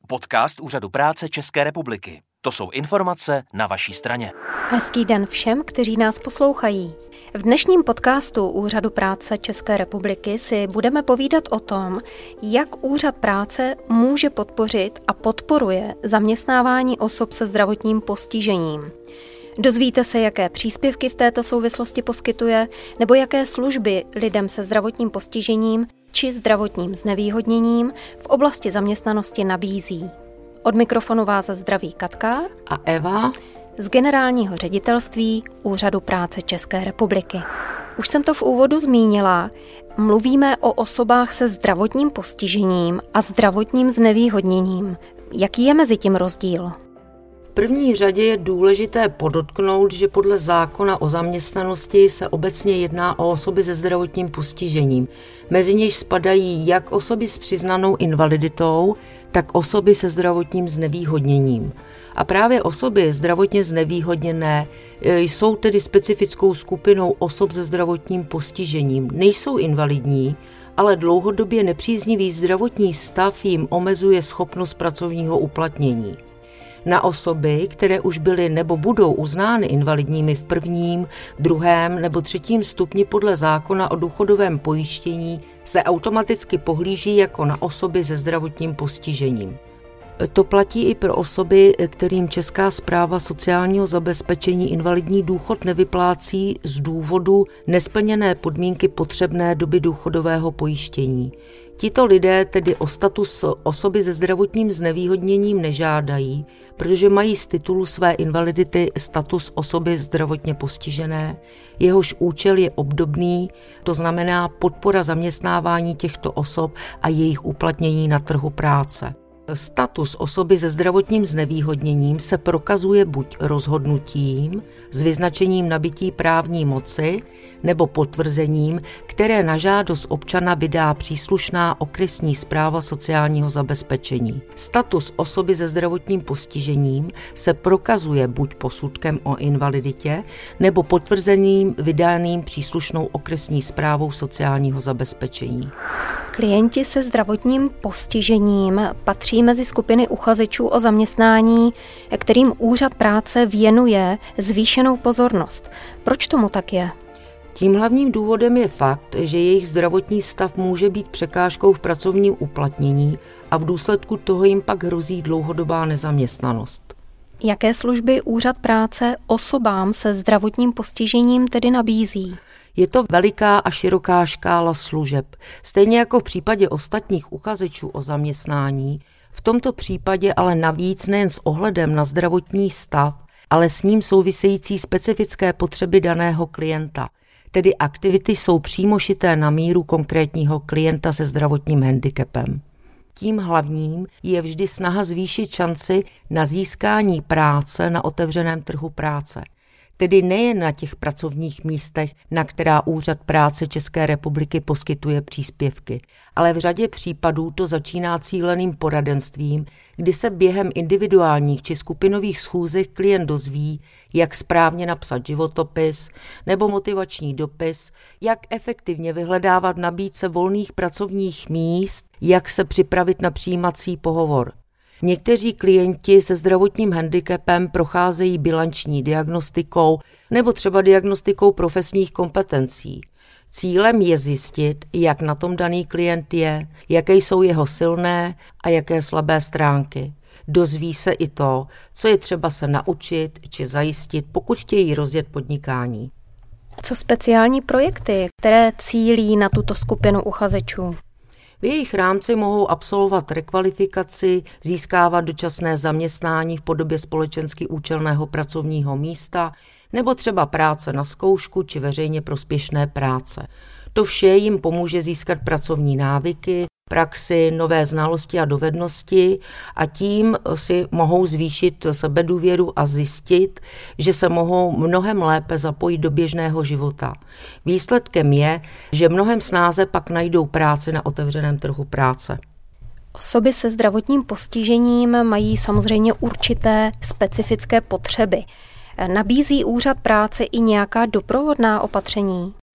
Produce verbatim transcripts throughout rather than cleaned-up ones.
Podcast Úřadu práce České republiky. To jsou informace na vaší straně. Hezký den všem, kteří nás poslouchají. V dnešním podcastu Úřadu práce České republiky si budeme povídat o tom, jak Úřad práce může podpořit a podporuje zaměstnávání osob se zdravotním postižením. Dozvíte se, jaké příspěvky v této souvislosti poskytuje, nebo jaké služby lidem se zdravotním postižením či zdravotním znevýhodněním v oblasti zaměstnanosti nabízí. Od mikrofonu vás zdraví Katka a Eva z Generálního ředitelství Úřadu práce České republiky. Už jsem to v úvodu zmínila, mluvíme o osobách se zdravotním postižením a zdravotním znevýhodněním. Jaký je mezi tím rozdíl? V první řadě je důležité podotknout, že podle zákona o zaměstnanosti se obecně jedná o osoby se zdravotním postižením. Mezi něž spadají jak osoby s přiznanou invaliditou, tak osoby se zdravotním znevýhodněním. A právě osoby zdravotně znevýhodněné jsou tedy specifickou skupinou osob se zdravotním postižením. Nejsou invalidní, ale dlouhodobě nepříznivý zdravotní stav jim omezuje schopnost pracovního uplatnění. Na osoby, které už byly nebo budou uznány invalidními v prvním, druhém nebo třetím stupni podle zákona o důchodovém pojištění, se automaticky pohlíží jako na osoby se zdravotním postižením. To platí i pro osoby, kterým Česká správa sociálního zabezpečení invalidní důchod nevyplácí z důvodu nesplněné podmínky potřebné doby důchodového pojištění. Tito lidé tedy o status osoby se zdravotním znevýhodněním nežádají, protože mají z titulu své invalidity status osoby zdravotně postižené, jehož účel je obdobný, to znamená podpora zaměstnávání těchto osob a jejich uplatnění na trhu práce. Status osoby se zdravotním znevýhodněním se prokazuje buď rozhodnutím s vyznačením nabytí právní moci nebo potvrzením, které na žádost občana vydá příslušná okresní správa sociálního zabezpečení. Status osoby se zdravotním postižením se prokazuje buď posudkem o invaliditě nebo potvrzením vydaným příslušnou okresní správou sociálního zabezpečení. Klienti se zdravotním postižením patří mezi skupiny uchazečů o zaměstnání, kterým Úřad práce věnuje zvýšenou pozornost. Proč tomu tak je? Tím hlavním důvodem je fakt, že jejich zdravotní stav může být překážkou v pracovním uplatnění a v důsledku toho jim pak hrozí dlouhodobá nezaměstnanost. Jaké služby Úřad práce osobám se zdravotním postižením tedy nabízí? Je to veliká a široká škála služeb. Stejně jako v případě ostatních uchazečů o zaměstnání, v tomto případě ale navíc nejen s ohledem na zdravotní stav, ale s ním související specifické potřeby daného klienta. Tedy aktivity jsou přímo šité na míru konkrétního klienta se zdravotním handicapem. Tím hlavním je vždy snaha zvýšit šanci na získání práce na otevřeném trhu práce. Tedy nejen na těch pracovních místech, na která Úřad práce České republiky poskytuje příspěvky, ale v řadě případů to začíná cíleným poradenstvím, kdy se během individuálních či skupinových schůzek klient dozví, jak správně napsat životopis nebo motivační dopis, jak efektivně vyhledávat nabídce volných pracovních míst, jak se připravit na přijímací pohovor. Někteří klienti se zdravotním handicapem procházejí bilanční diagnostikou nebo třeba diagnostikou profesních kompetencí. Cílem je zjistit, jak na tom daný klient je, jaké jsou jeho silné a jaké slabé stránky. Dozví se i to, co je třeba se naučit či zajistit, pokud chtějí rozjet podnikání. Co speciální projekty, které cílí na tuto skupinu uchazečů? V jejich rámci mohou absolvovat rekvalifikaci, získávat dočasné zaměstnání v podobě společensky účelného pracovního místa nebo třeba práce na zkoušku či veřejně prospěšné práce. To vše jim pomůže získat pracovní návyky, praxi, nové znalosti a dovednosti a tím si mohou zvýšit sebedůvěru a zjistit, že se mohou mnohem lépe zapojit do běžného života. Výsledkem je, že mnohem snáze pak najdou práci na otevřeném trhu práce. Osoby se zdravotním postižením mají samozřejmě určité specifické potřeby. Nabízí Úřad práce i nějaká doprovodná opatření?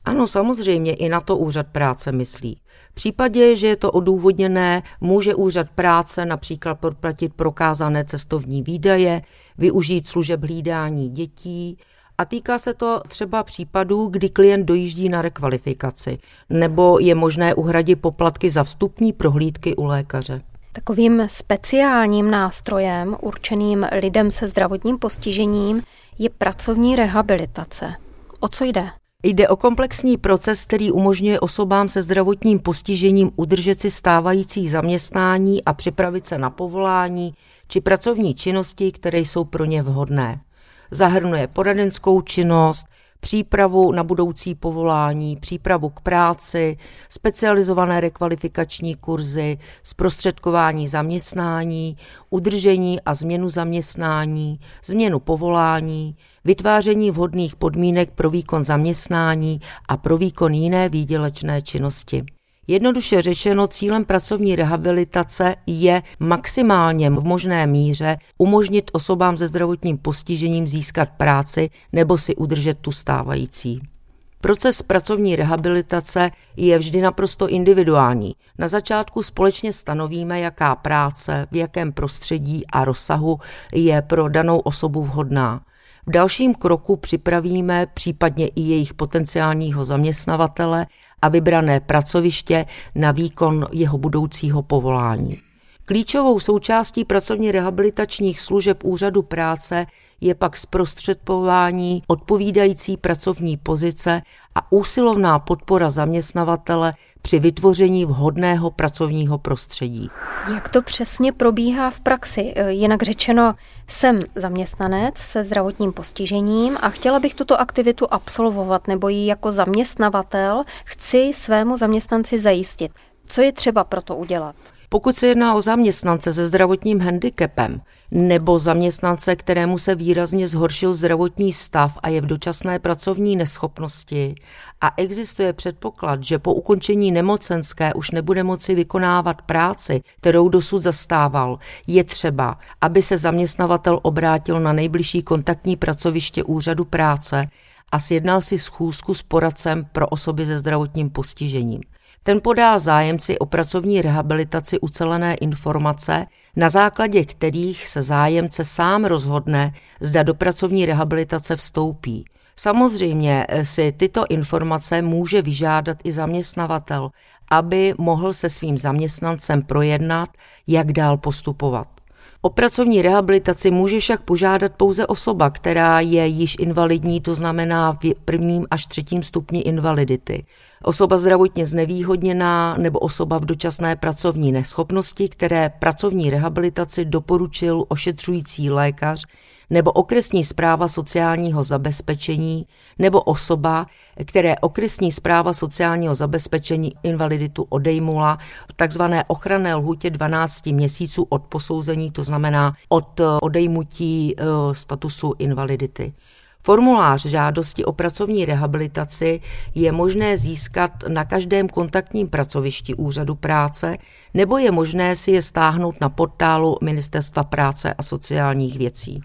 Ano, samozřejmě i na to úřad práce myslí. V případě, že je to odůvodněné, může úřad práce například proplatit prokázané cestovní výdaje, využít služeb hlídání dětí a týká se to třeba případů, kdy klient dojíždí na rekvalifikaci nebo je možné uhradit poplatky za vstupní prohlídky u lékaře. Takovým speciálním nástrojem určeným lidem se zdravotním postižením je pracovní rehabilitace. O co jde? Jde o komplexní proces, který umožňuje osobám se zdravotním postižením udržet si stávající zaměstnání a připravit se na povolání či pracovní činnosti, které jsou pro ně vhodné. Zahrnuje poradenskou činnost, přípravu na budoucí povolání, přípravu k práci, specializované rekvalifikační kurzy, zprostředkování zaměstnání, udržení a změnu zaměstnání, změnu povolání, vytváření vhodných podmínek pro výkon zaměstnání a pro výkon jiné výdělečné činnosti. Jednoduše řečeno, cílem pracovní rehabilitace je maximálně v možné míře umožnit osobám se zdravotním postižením získat práci nebo si udržet tu stávající. Proces pracovní rehabilitace je vždy naprosto individuální. Na začátku společně stanovíme, jaká práce, v jakém prostředí a rozsahu je pro danou osobu vhodná. V dalším kroku připravíme případně i jejich potenciálního zaměstnavatele a vybrané pracoviště na výkon jeho budoucího povolání. Klíčovou součástí pracovně rehabilitačních služeb úřadu práce je pak zprostředkování odpovídající pracovní pozice a úsilovná podpora zaměstnavatele při vytvoření vhodného pracovního prostředí. Jak to přesně probíhá v praxi? Jinak řečeno, jsem zaměstnanec se zdravotním postižením a chtěla bych tuto aktivitu absolvovat nebo ji jako zaměstnavatel chci svému zaměstnanci zajistit. Co je třeba pro to udělat? Pokud se jedná o zaměstnance se zdravotním handicapem nebo zaměstnance, kterému se výrazně zhoršil zdravotní stav a je v dočasné pracovní neschopnosti a existuje předpoklad, že po ukončení nemocenské už nebude moci vykonávat práci, kterou dosud zastával, je třeba, aby se zaměstnavatel obrátil na nejbližší kontaktní pracoviště úřadu práce a sjednal si schůzku s poradcem pro osoby se zdravotním postižením. Ten podá zájemci o pracovní rehabilitaci ucelené informace, na základě kterých se zájemce sám rozhodne, zda do pracovní rehabilitace vstoupí. Samozřejmě si tyto informace může vyžádat i zaměstnavatel, aby mohl se svým zaměstnancem projednat, jak dál postupovat. O pracovní rehabilitaci může však požádat pouze osoba, která je již invalidní, to znamená v prvním až třetím stupni invalidity. Osoba zdravotně znevýhodněná nebo osoba v dočasné pracovní neschopnosti, které pracovní rehabilitaci doporučil ošetřující lékař nebo okresní správa sociálního zabezpečení nebo osoba, které okresní správa sociálního zabezpečení invaliditu odejmula v takzvané ochranné lhůtě dvanáct měsíců od posouzení, to znamená od odejmutí statusu invalidity. Formulář žádosti o pracovní rehabilitaci je možné získat na každém kontaktním pracovišti úřadu práce nebo je možné si je stáhnout na portálu Ministerstva práce a sociálních věcí.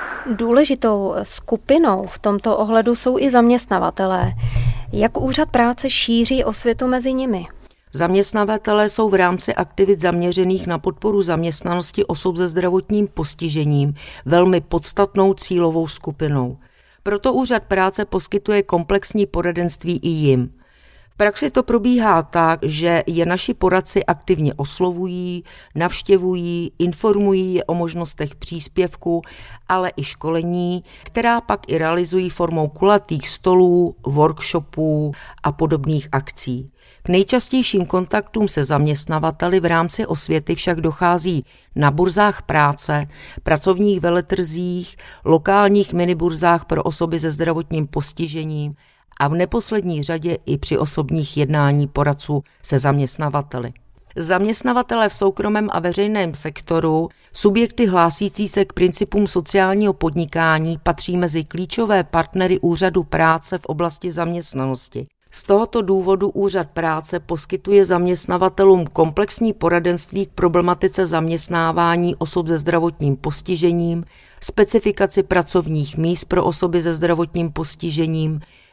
Důležitou skupinou v tomto ohledu jsou i zaměstnavatelé. Jak úřad práce šíří osvětu mezi nimi? Zaměstnavatelé jsou v rámci aktivit zaměřených na podporu zaměstnanosti osob se zdravotním postižením velmi podstatnou cílovou skupinou. Proto úřad práce poskytuje komplexní poradenství i jim. V praxi to probíhá tak, že je naši poradci aktivně oslovují, navštěvují, informují je o možnostech příspěvku, ale i školení, která pak i realizují formou kulatých stolů, workshopů a podobných akcí. K nejčastějším kontaktům se zaměstnavateli v rámci osvěty však dochází na burzách práce, pracovních veletrzích, lokálních miniburzách pro osoby se zdravotním postižením a v neposlední řadě i při osobních jednání poradců se zaměstnavateli. Zaměstnavatelé v soukromém a veřejném sektoru, subjekty hlásící se k principům sociálního podnikání patří mezi klíčové partnery úřadu práce v oblasti zaměstnanosti. Z tohoto důvodu úřad práce poskytuje zaměstnavatelům komplexní poradenství k problematice zaměstnávání osob se zdravotním postižením, specifikaci pracovních míst pro osoby se zdravotním postižením,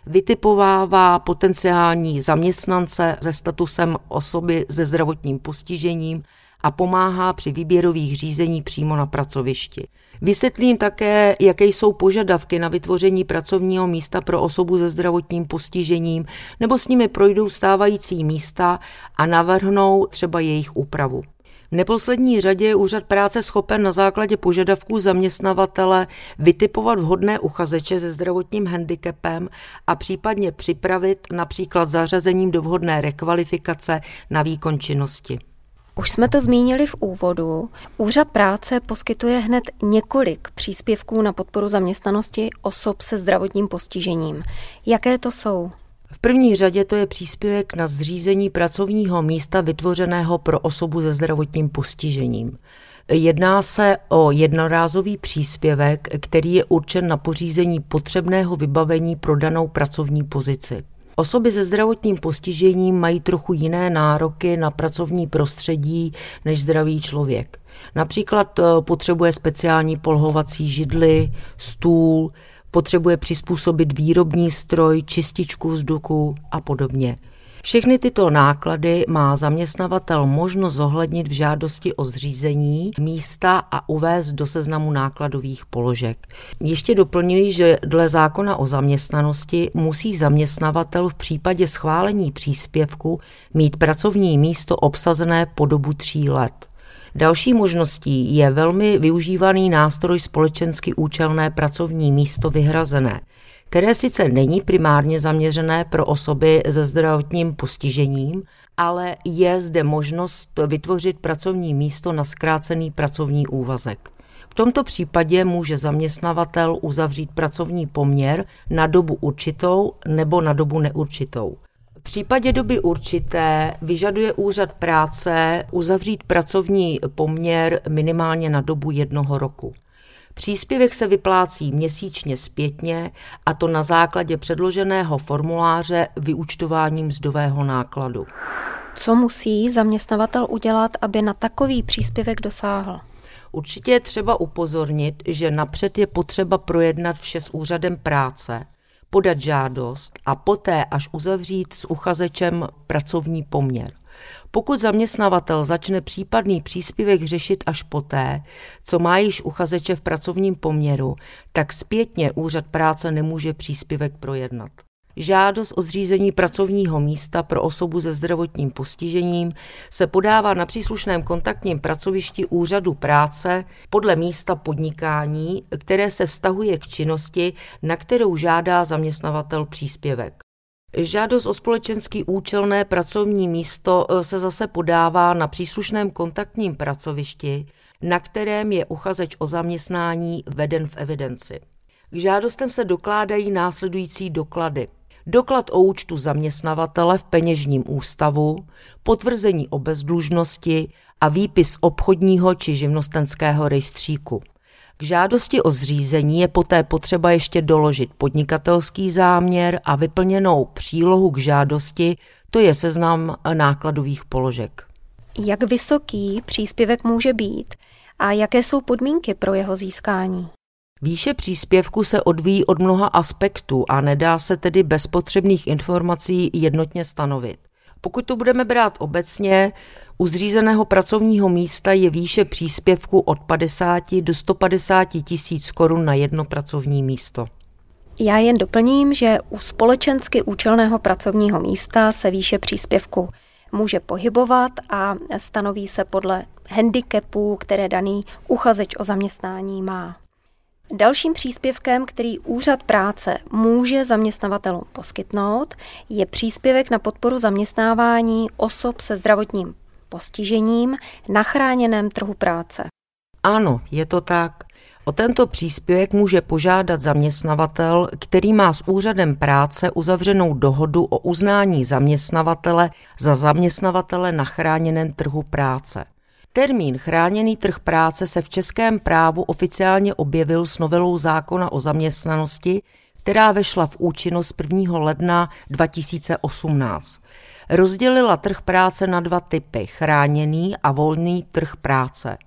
vytipovává potenciální zaměstnance se statusem osoby se zdravotním postižením a pomáhá při výběrových řízení přímo na pracovišti. Vysvětlím také, jaké jsou požadavky na vytvoření pracovního místa pro osobu se zdravotním postižením, nebo s nimi projdou stávající místa a navrhnou třeba jejich úpravu. V neposlední řadě je úřad práce schopen na základě požadavků zaměstnavatele vytipovat vhodné uchazeče se zdravotním handicapem a případně připravit například zařazením do vhodné rekvalifikace na výkon činnosti. Už jsme to zmínili v úvodu. Úřad práce poskytuje hned několik příspěvků na podporu zaměstnanosti osob se zdravotním postižením. Jaké to jsou? V první řadě to je příspěvek na zřízení pracovního místa vytvořeného pro osobu se zdravotním postižením. Jedná se o jednorázový příspěvek, který je určen na pořízení potřebného vybavení pro danou pracovní pozici. Osoby se zdravotním postižením mají trochu jiné nároky na pracovní prostředí než zdravý člověk. Například potřebuje speciální polhovací židli, stůl, potřebuje přizpůsobit výrobní stroj, čističku vzduchu a podobně. Všechny tyto náklady má zaměstnavatel možnost zohlednit v žádosti o zřízení místa a uvést do seznamu nákladových položek. Ještě doplňuji, že dle zákona o zaměstnanosti musí zaměstnavatel v případě schválení příspěvku mít pracovní místo obsazené po dobu tří let. Další možností je velmi využívaný nástroj společensky účelné pracovní místo vyhrazené, které sice není primárně zaměřené pro osoby se zdravotním postižením, ale je zde možnost vytvořit pracovní místo na zkrácený pracovní úvazek. V tomto případě může zaměstnavatel uzavřít pracovní poměr na dobu určitou nebo na dobu neurčitou. V případě doby určité vyžaduje úřad práce uzavřít pracovní poměr minimálně na dobu jednoho roku. Příspěvek se vyplácí měsíčně zpětně, a to na základě předloženého formuláře vyúčtování mzdového nákladu. Co musí zaměstnavatel udělat, aby na takový příspěvek dosáhl? Určitě je třeba upozornit, že napřed je potřeba projednat vše s úřadem práce, podat žádost a poté až uzavřít s uchazečem pracovní poměr. Pokud zaměstnavatel začne případný příspěvek řešit až poté, co má již uchazeče v pracovním poměru, tak zpětně úřad práce nemůže příspěvek projednat. Žádost o zřízení pracovního místa pro osobu se zdravotním postižením se podává na příslušném kontaktním pracovišti úřadu práce podle místa podnikání, které se vztahuje k činnosti, na kterou žádá zaměstnavatel příspěvek. Žádost o společensky účelné pracovní místo se zase podává na příslušném kontaktním pracovišti, na kterém je uchazeč o zaměstnání veden v evidenci. K žádostem se dokládají následující doklady. Doklad o účtu zaměstnavatele v peněžním ústavu, potvrzení o bezdlužnosti a výpis obchodního či živnostenského rejstříku. K žádosti o zřízení je poté potřeba ještě doložit podnikatelský záměr a vyplněnou přílohu k žádosti, to je seznam nákladových položek. Jak vysoký příspěvek může být a jaké jsou podmínky pro jeho získání? Výše příspěvku se odvíjí od mnoha aspektů a nedá se tedy bez potřebných informací jednotně stanovit. Pokud to budeme brát obecně, u zřízeného pracovního místa je výše příspěvku od padesát do sto padesát tisíc korun na jedno pracovní místo. Já jen doplním, že u společensky účelného pracovního místa se výše příspěvku může pohybovat a stanoví se podle handicapů, které daný uchazeč o zaměstnání má. Dalším příspěvkem, který úřad práce může zaměstnavatelům poskytnout, je příspěvek na podporu zaměstnávání osob se zdravotním postižením na chráněném trhu práce. Ano, je to tak. O tento příspěvek může požádat zaměstnavatel, který má s úřadem práce uzavřenou dohodu o uznání zaměstnavatele za zaměstnavatele na chráněném trhu práce. Termín chráněný trh práce se v českém právu oficiálně objevil s novelou zákona o zaměstnanosti, která vešla v účinnost prvního ledna dva tisíce osmnáct. Rozdělila trh práce na dva typy, chráněný a volný trh práce.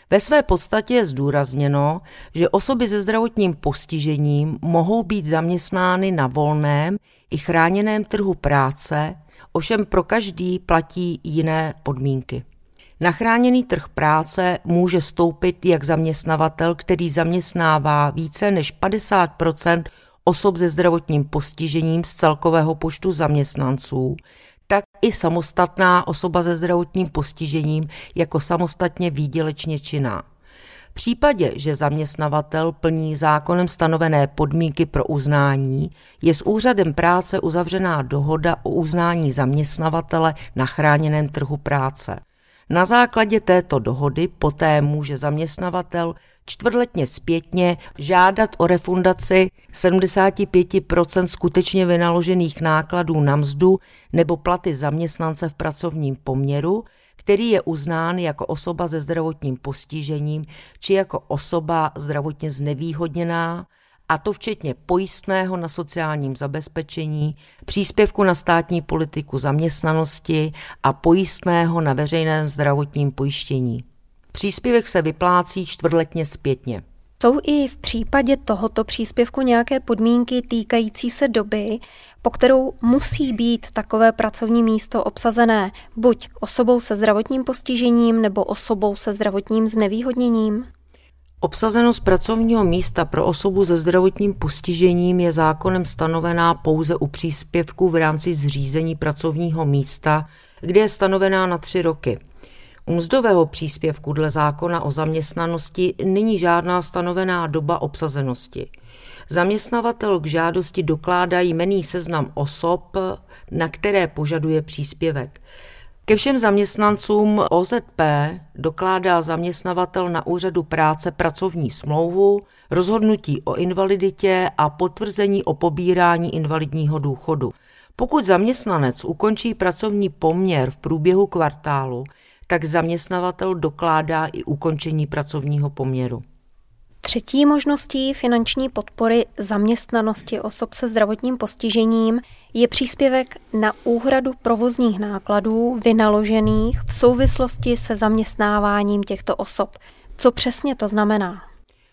Ve své podstatě je zdůrazněno, že osoby se zdravotním postižením mohou být zaměstnány na volném i chráněném trhu práce, ovšem pro každý platí jiné podmínky. Na chráněný trh práce může vstoupit jak zaměstnavatel, který zaměstnává více než padesát procent osob se zdravotním postižením z celkového počtu zaměstnanců, tak i samostatná osoba se zdravotním postižením jako samostatně výdělečně činná. V případě, že zaměstnavatel plní zákonem stanovené podmínky pro uznání, je s úřadem práce uzavřená dohoda o uznání zaměstnavatele na chráněném trhu práce. Na základě této dohody poté může zaměstnavatel čtvrtletně zpětně žádat o refundaci sedmdesát pět procent skutečně vynaložených nákladů na mzdu nebo platy zaměstnance v pracovním poměru, který je uznán jako osoba se zdravotním postižením či jako osoba zdravotně znevýhodněná, a to včetně pojistného na sociálním zabezpečení, příspěvku na státní politiku zaměstnanosti a pojistného na veřejném zdravotním pojištění. Příspěvek se vyplácí čtvrtletně zpětně. Jsou i v případě tohoto příspěvku nějaké podmínky týkající se doby, po kterou musí být takové pracovní místo obsazené buď osobou se zdravotním postižením nebo osobou se zdravotním znevýhodněním? Obsazenost pracovního místa pro osobu se zdravotním postižením je zákonem stanovená pouze u příspěvku v rámci zřízení pracovního místa, kde je stanovená na tři roky. U mzdového příspěvku dle zákona o zaměstnanosti není žádná stanovená doba obsazenosti. Zaměstnavatel k žádosti dokládá jmenný seznam osob, na které požaduje příspěvek. Ke všem zaměstnancům O Z P dokládá zaměstnavatel na úřadu práce pracovní smlouvu, rozhodnutí o invaliditě a potvrzení o pobírání invalidního důchodu. Pokud zaměstnanec ukončí pracovní poměr v průběhu kvartálu, tak zaměstnavatel dokládá i ukončení pracovního poměru. Třetí možností finanční podpory zaměstnanosti osob se zdravotním postižením je příspěvek na úhradu provozních nákladů vynaložených v souvislosti se zaměstnáváním těchto osob. Co přesně to znamená?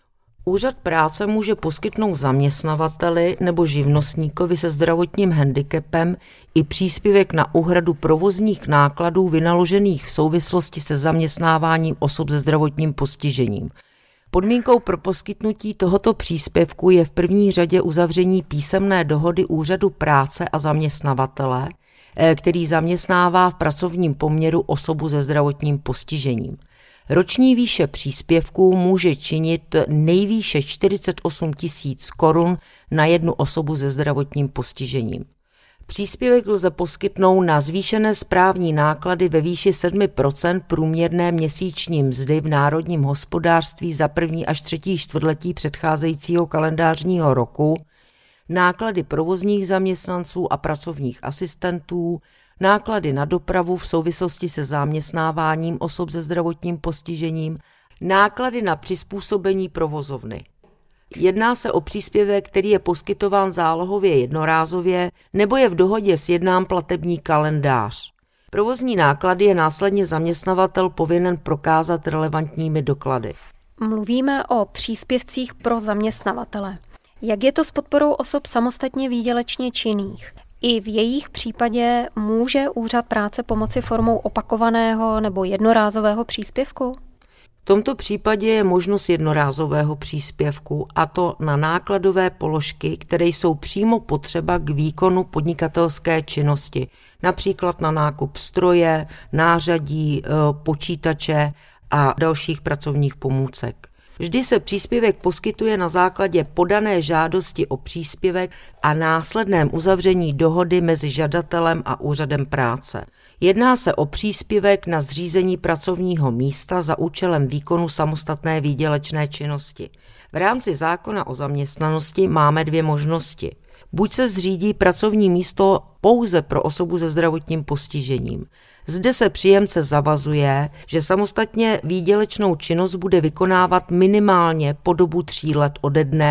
Úřad práce může poskytnout zaměstnavateli nebo živnostníkovi se zdravotním handicapem i příspěvek na úhradu provozních nákladů vynaložených v souvislosti se zaměstnáváním osob se zdravotním postižením. Podmínkou pro poskytnutí tohoto příspěvku je v první řadě uzavření písemné dohody úřadu práce a zaměstnavatele, který zaměstnává v pracovním poměru osobu se zdravotním postižením. Roční výše příspěvků může činit nejvýše čtyřicet osm tisíc korun na jednu osobu se zdravotním postižením. Příspěvek lze poskytnout na zvýšené správní náklady ve výši sedm procent průměrné měsíční mzdy v národním hospodářství za první až třetí čtvrtletí předcházejícího kalendářního roku, náklady provozních zaměstnanců a pracovních asistentů, náklady na dopravu v souvislosti se zaměstnáváním osob se zdravotním postižením, náklady na přizpůsobení provozovny. Jedná se o příspěvek, který je poskytován zálohově jednorázově nebo je v dohodě sjednán platební kalendář. Provozní náklady je následně zaměstnavatel povinen prokázat relevantními doklady. Mluvíme o příspěvcích pro zaměstnavatele. Jak je to s podporou osob samostatně výdělečně činných? I v jejich případě může úřad práce pomoci formou opakovaného nebo jednorázového příspěvku? V tomto případě je možnost jednorázového příspěvku, a to na nákladové položky, které jsou přímo potřeba k výkonu podnikatelské činnosti, například na nákup stroje, nářadí, počítače a dalších pracovních pomůcek. Vždy se příspěvek poskytuje na základě podané žádosti o příspěvek a následném uzavření dohody mezi žadatelem a úřadem práce. Jedná se o příspěvek na zřízení pracovního místa za účelem výkonu samostatné výdělečné činnosti. V rámci zákona o zaměstnanosti máme dvě možnosti. Buď se zřídí pracovní místo pouze pro osobu se zdravotním postižením. Zde se příjemce zavazuje, že samostatně výdělečnou činnost bude vykonávat minimálně po dobu tří let ode dne,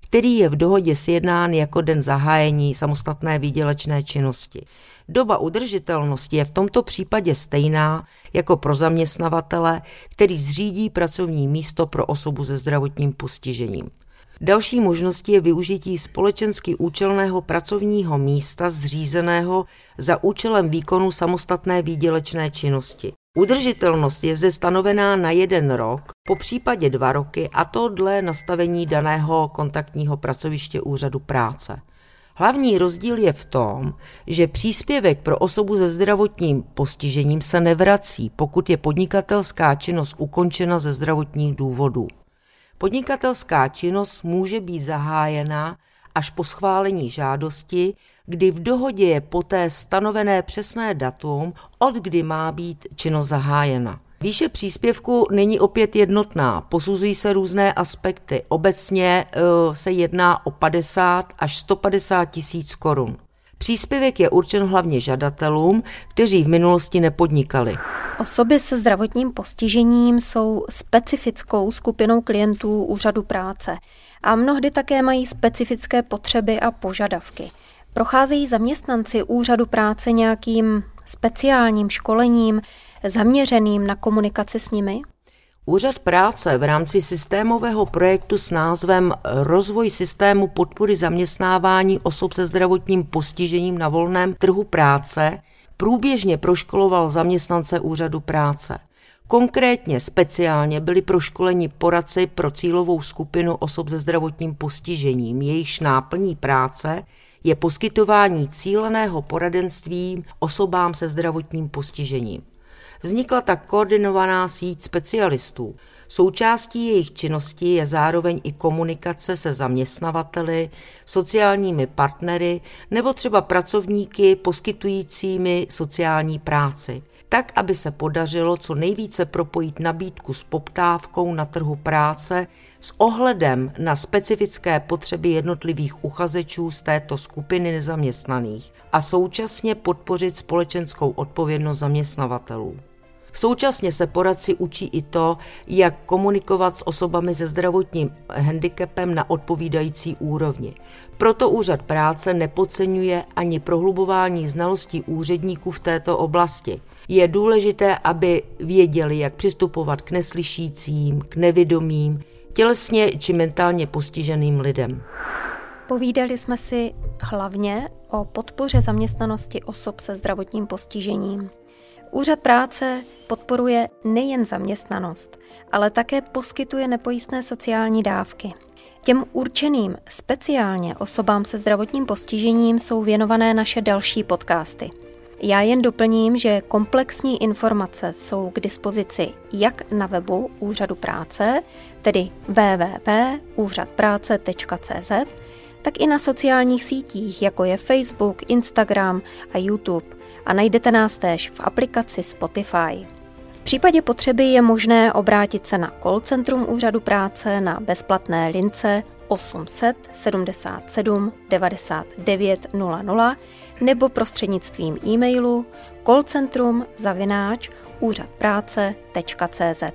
který je v dohodě sjednán jako den zahájení samostatné výdělečné činnosti. Doba udržitelnosti je v tomto případě stejná jako pro zaměstnavatele, který zřídí pracovní místo pro osobu se zdravotním postižením. Další možností je využití společensky účelného pracovního místa zřízeného za účelem výkonu samostatné výdělečné činnosti. Udržitelnost je zde stanovená na jeden rok, po případě dva roky, a to dle nastavení daného kontaktního pracoviště úřadu práce. Hlavní rozdíl je v tom, že příspěvek pro osobu se zdravotním postižením se nevrací, pokud je podnikatelská činnost ukončena ze zdravotních důvodů. Podnikatelská činnost může být zahájena až po schválení žádosti, kdy v dohodě je poté stanovené přesné datum, od kdy má být činnost zahájena. Výše příspěvku není opět jednotná, posuzují se různé aspekty. Obecně uh, se jedná o padesát až sto padesát tisíc korun. Příspěvek je určen hlavně žadatelům, kteří v minulosti nepodnikali. Osoby se zdravotním postižením jsou specifickou skupinou klientů úřadu práce a mnohdy také mají specifické potřeby a požadavky. Procházejí zaměstnanci úřadu práce nějakým speciálním školením zaměřeným na komunikaci s nimi? Úřad práce v rámci systémového projektu s názvem Rozvoj systému podpory zaměstnávání osob se zdravotním postižením na volném trhu práce průběžně proškoloval zaměstnance úřadu práce. Konkrétně speciálně byli proškoleni poradci pro cílovou skupinu osob se zdravotním postižením. Jejichž náplní práce je poskytování cíleného poradenství osobám se zdravotním postižením. Vznikla tak koordinovaná síť specialistů. Součástí jejich činnosti je zároveň i komunikace se zaměstnavateli, sociálními partnery nebo třeba pracovníky poskytujícími sociální práci, tak, aby se podařilo co nejvíce propojit nabídku s poptávkou na trhu práce s ohledem na specifické potřeby jednotlivých uchazečů z této skupiny nezaměstnaných a současně podpořit společenskou odpovědnost zaměstnavatelů. Současně se poradci učí i to, jak komunikovat s osobami se zdravotním handicapem na odpovídající úrovni. Proto úřad práce nepodceňuje ani prohlubování znalostí úředníků v této oblasti. Je důležité, aby věděli, jak přistupovat k neslyšícím, k nevidomým, tělesně či mentálně postiženým lidem. Povídali jsme si hlavně o podpoře zaměstnanosti osob se zdravotním postižením. Úřad práce podporuje nejen zaměstnanost, ale také poskytuje nepojistné sociální dávky. Těm určeným speciálně osobám se zdravotním postižením jsou věnované naše další podcasty. Já jen doplním, že komplexní informace jsou k dispozici jak na webu Úřadu práce, tedy w w w tečka úřad práce tečka c z, tak i na sociálních sítích, jako je Facebook, Instagram a YouTube, a najdete nás též v aplikaci Spotify. V případě potřeby je možné obrátit se na call centrum Úřadu práce na bezplatné lince osm set sedmdesát sedm devadesát devět nula nula nebo prostřednictvím e-mailu callcentrum zavináč úřad práce tečka c z.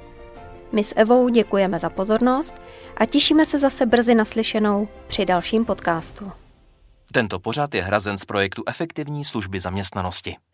My s Evou děkujeme za pozornost a těšíme se zase brzy naslyšenou při dalším podcastu. Tento pořad je hrazen z projektu Efektivní služby zaměstnanosti.